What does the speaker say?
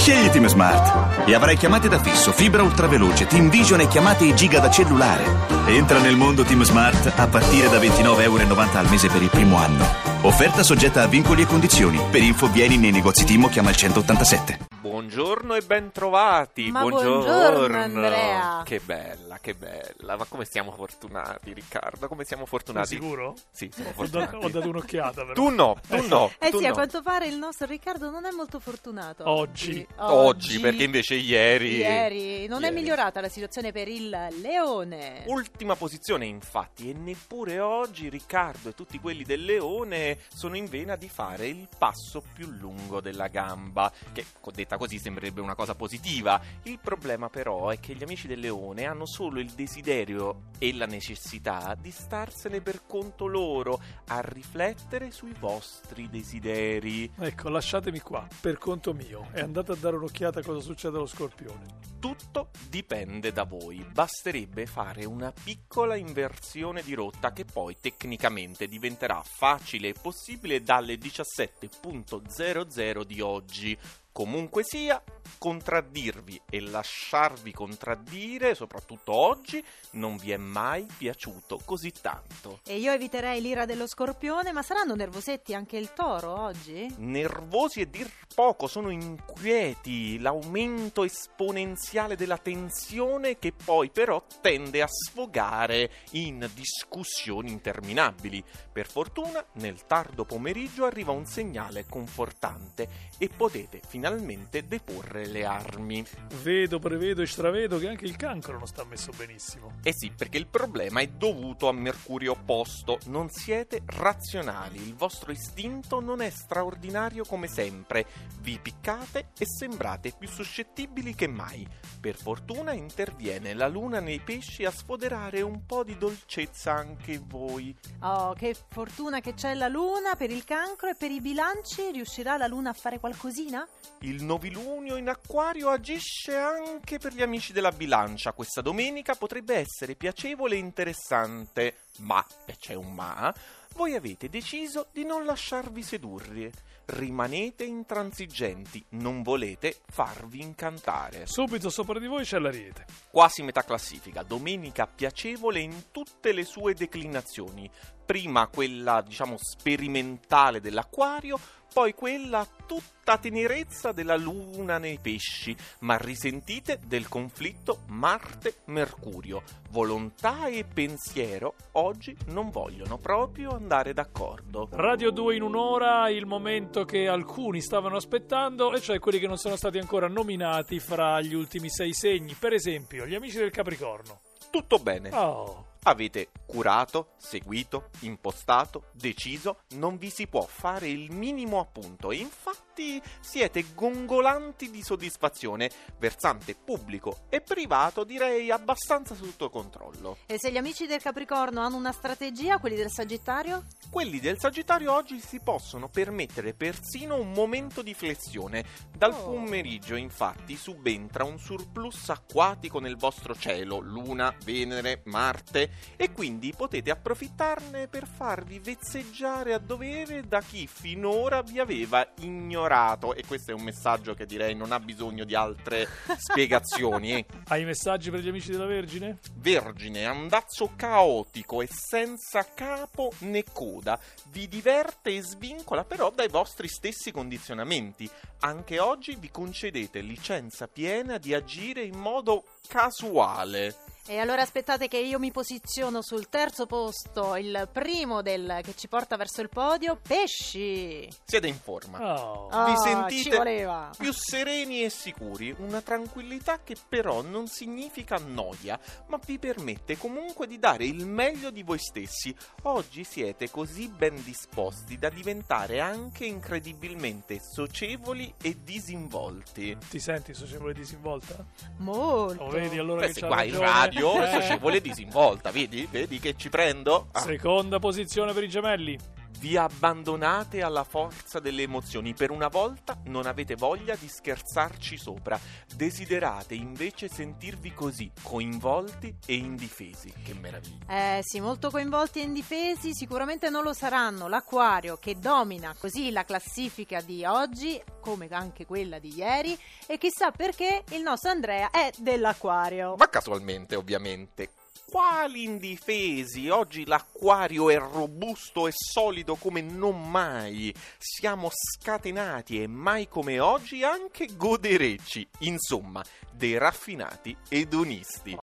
Scegli Team Smart e avrai chiamate da fisso, fibra ultraveloce, Team Vision e chiamate giga da cellulare. Entra nel mondo Team Smart a partire da €29,90 al mese per il primo anno. Offerta soggetta a vincoli e condizioni. Per info vieni nei negozi Team o chiama il 187. Buongiorno e ben trovati. Ma buongiorno Andrea. Che bella, che bella. Ma come siamo fortunati, Riccardo? Come siamo fortunati? Sei sicuro? Sì, siamo fortunati. Ho dato un'occhiata però. Tu no. Sì, a no. quanto pare il nostro Riccardo non è molto fortunato Oggi, perché invece ieri non è migliorata la situazione per il Leone. Ultima posizione, infatti, e neppure oggi Riccardo e tutti quelli del Leone sono in vena di fare il passo più lungo della gamba, che detta così sembrerebbe una cosa positiva. Il problema però è che gli amici del Leone hanno solo il desiderio e la necessità di starsene per conto loro, a riflettere sui vostri desideri. Ecco, lasciatemi qua, per conto mio, e andate a dare un'occhiata a cosa succede allo Scorpione. Tutto dipende da voi, basterebbe fare una piccola inversione di rotta che poi tecnicamente diventerà facile e possibile dalle 17.00 di oggi. Comunque sia, contraddirvi e lasciarvi contraddire, soprattutto oggi, non vi è mai piaciuto così tanto. E io eviterei l'ira dello Scorpione, ma saranno nervosetti anche il Toro oggi? Nervosi e dir poco, sono inquieti, l'aumento esponenziale della tensione che poi però tende a sfogare in discussioni interminabili. Per fortuna, nel tardo pomeriggio arriva un segnale confortante e potete finalmente deporre le armi. Vedo, prevedo e stravedo che anche il Cancro non sta messo benissimo. Eh sì, perché il problema è dovuto a Mercurio opposto. Non siete razionali, il vostro istinto non è straordinario come sempre. Vi piccate e sembrate più suscettibili che mai. Per fortuna interviene la luna nei pesci a sfoderare un po' di dolcezza anche voi. Oh, che fortuna che c'è la luna per il Cancro. E per i bilanci riuscirà la luna a fare qualcosina? Il novilunio in Acquario agisce anche per gli amici della bilancia. Questa domenica potrebbe essere piacevole e interessante, ma, e c'è un ma, voi avete deciso di non lasciarvi sedurre. Rimanete intransigenti, non volete farvi incantare. Subito sopra di voi c'è l'Ariete. Quasi metà classifica, domenica piacevole in tutte le sue declinazioni. Prima quella, sperimentale dell'Acquario, poi quella tutta tenerezza della luna nei pesci, ma risentite del conflitto Marte-Mercurio. Volontà e pensiero oggi non vogliono proprio andare d'accordo. Radio 2 in un'ora, il momento che alcuni stavano aspettando, e cioè quelli che non sono stati ancora nominati fra gli ultimi 6 segni. Per esempio, gli amici del Capricorno. Tutto bene. Oh. Avete curato, seguito, impostato, deciso, non vi si può fare il minimo appunto e infatti siete gongolanti di soddisfazione, versante pubblico e privato direi abbastanza sotto controllo. E se gli amici del Capricorno hanno una strategia, quelli del Sagittario? Quelli del Sagittario oggi si possono permettere persino un momento di flessione. Dal pomeriggio infatti subentra un surplus acquatico nel vostro cielo, Luna, Venere, Marte, e quindi potete approfittarne per farvi vezzeggiare a dovere da chi finora vi aveva ignorato, e questo è un messaggio che direi non ha bisogno di altre spiegazioni. Hai messaggi per gli amici della Vergine? Vergine, andazzo caotico e senza capo né coda, vi diverte e svincola però dai vostri stessi condizionamenti. Anche oggi vi concedete licenza piena di agire in modo casuale. E allora aspettate che io mi posiziono sul terzo posto, il primo che ci porta verso il podio, Pesci. Siete in forma. Oh. Vi Ci sentite voleva. più sereni e sicuri, una tranquillità che però non significa noia, ma vi permette comunque di dare il meglio di voi stessi. Oggi siete così ben disposti da diventare anche incredibilmente socievoli e disinvolti. Ti senti socievole e disinvolta? Molto. Lo vedi allora che Questi c'ha qua in ragione? radio socievole e disinvolta, vedi che ci prendo? Ah. Seconda posizione per i Gemelli. Vi abbandonate alla forza delle emozioni. Per una volta non avete voglia di scherzarci sopra. Desiderate invece sentirvi così, coinvolti e indifesi. Che meraviglia. Sì, molto coinvolti e indifesi sicuramente non lo saranno l'Acquario, che domina così la classifica di oggi, come anche quella di ieri, e chissà perché il nostro Andrea è dell'Acquario. Ma casualmente, ovviamente. Quali indifesi? Oggi l'Acquario è robusto e solido come non mai. Siamo scatenati e mai come oggi anche goderecci. Insomma, dei raffinati edonisti.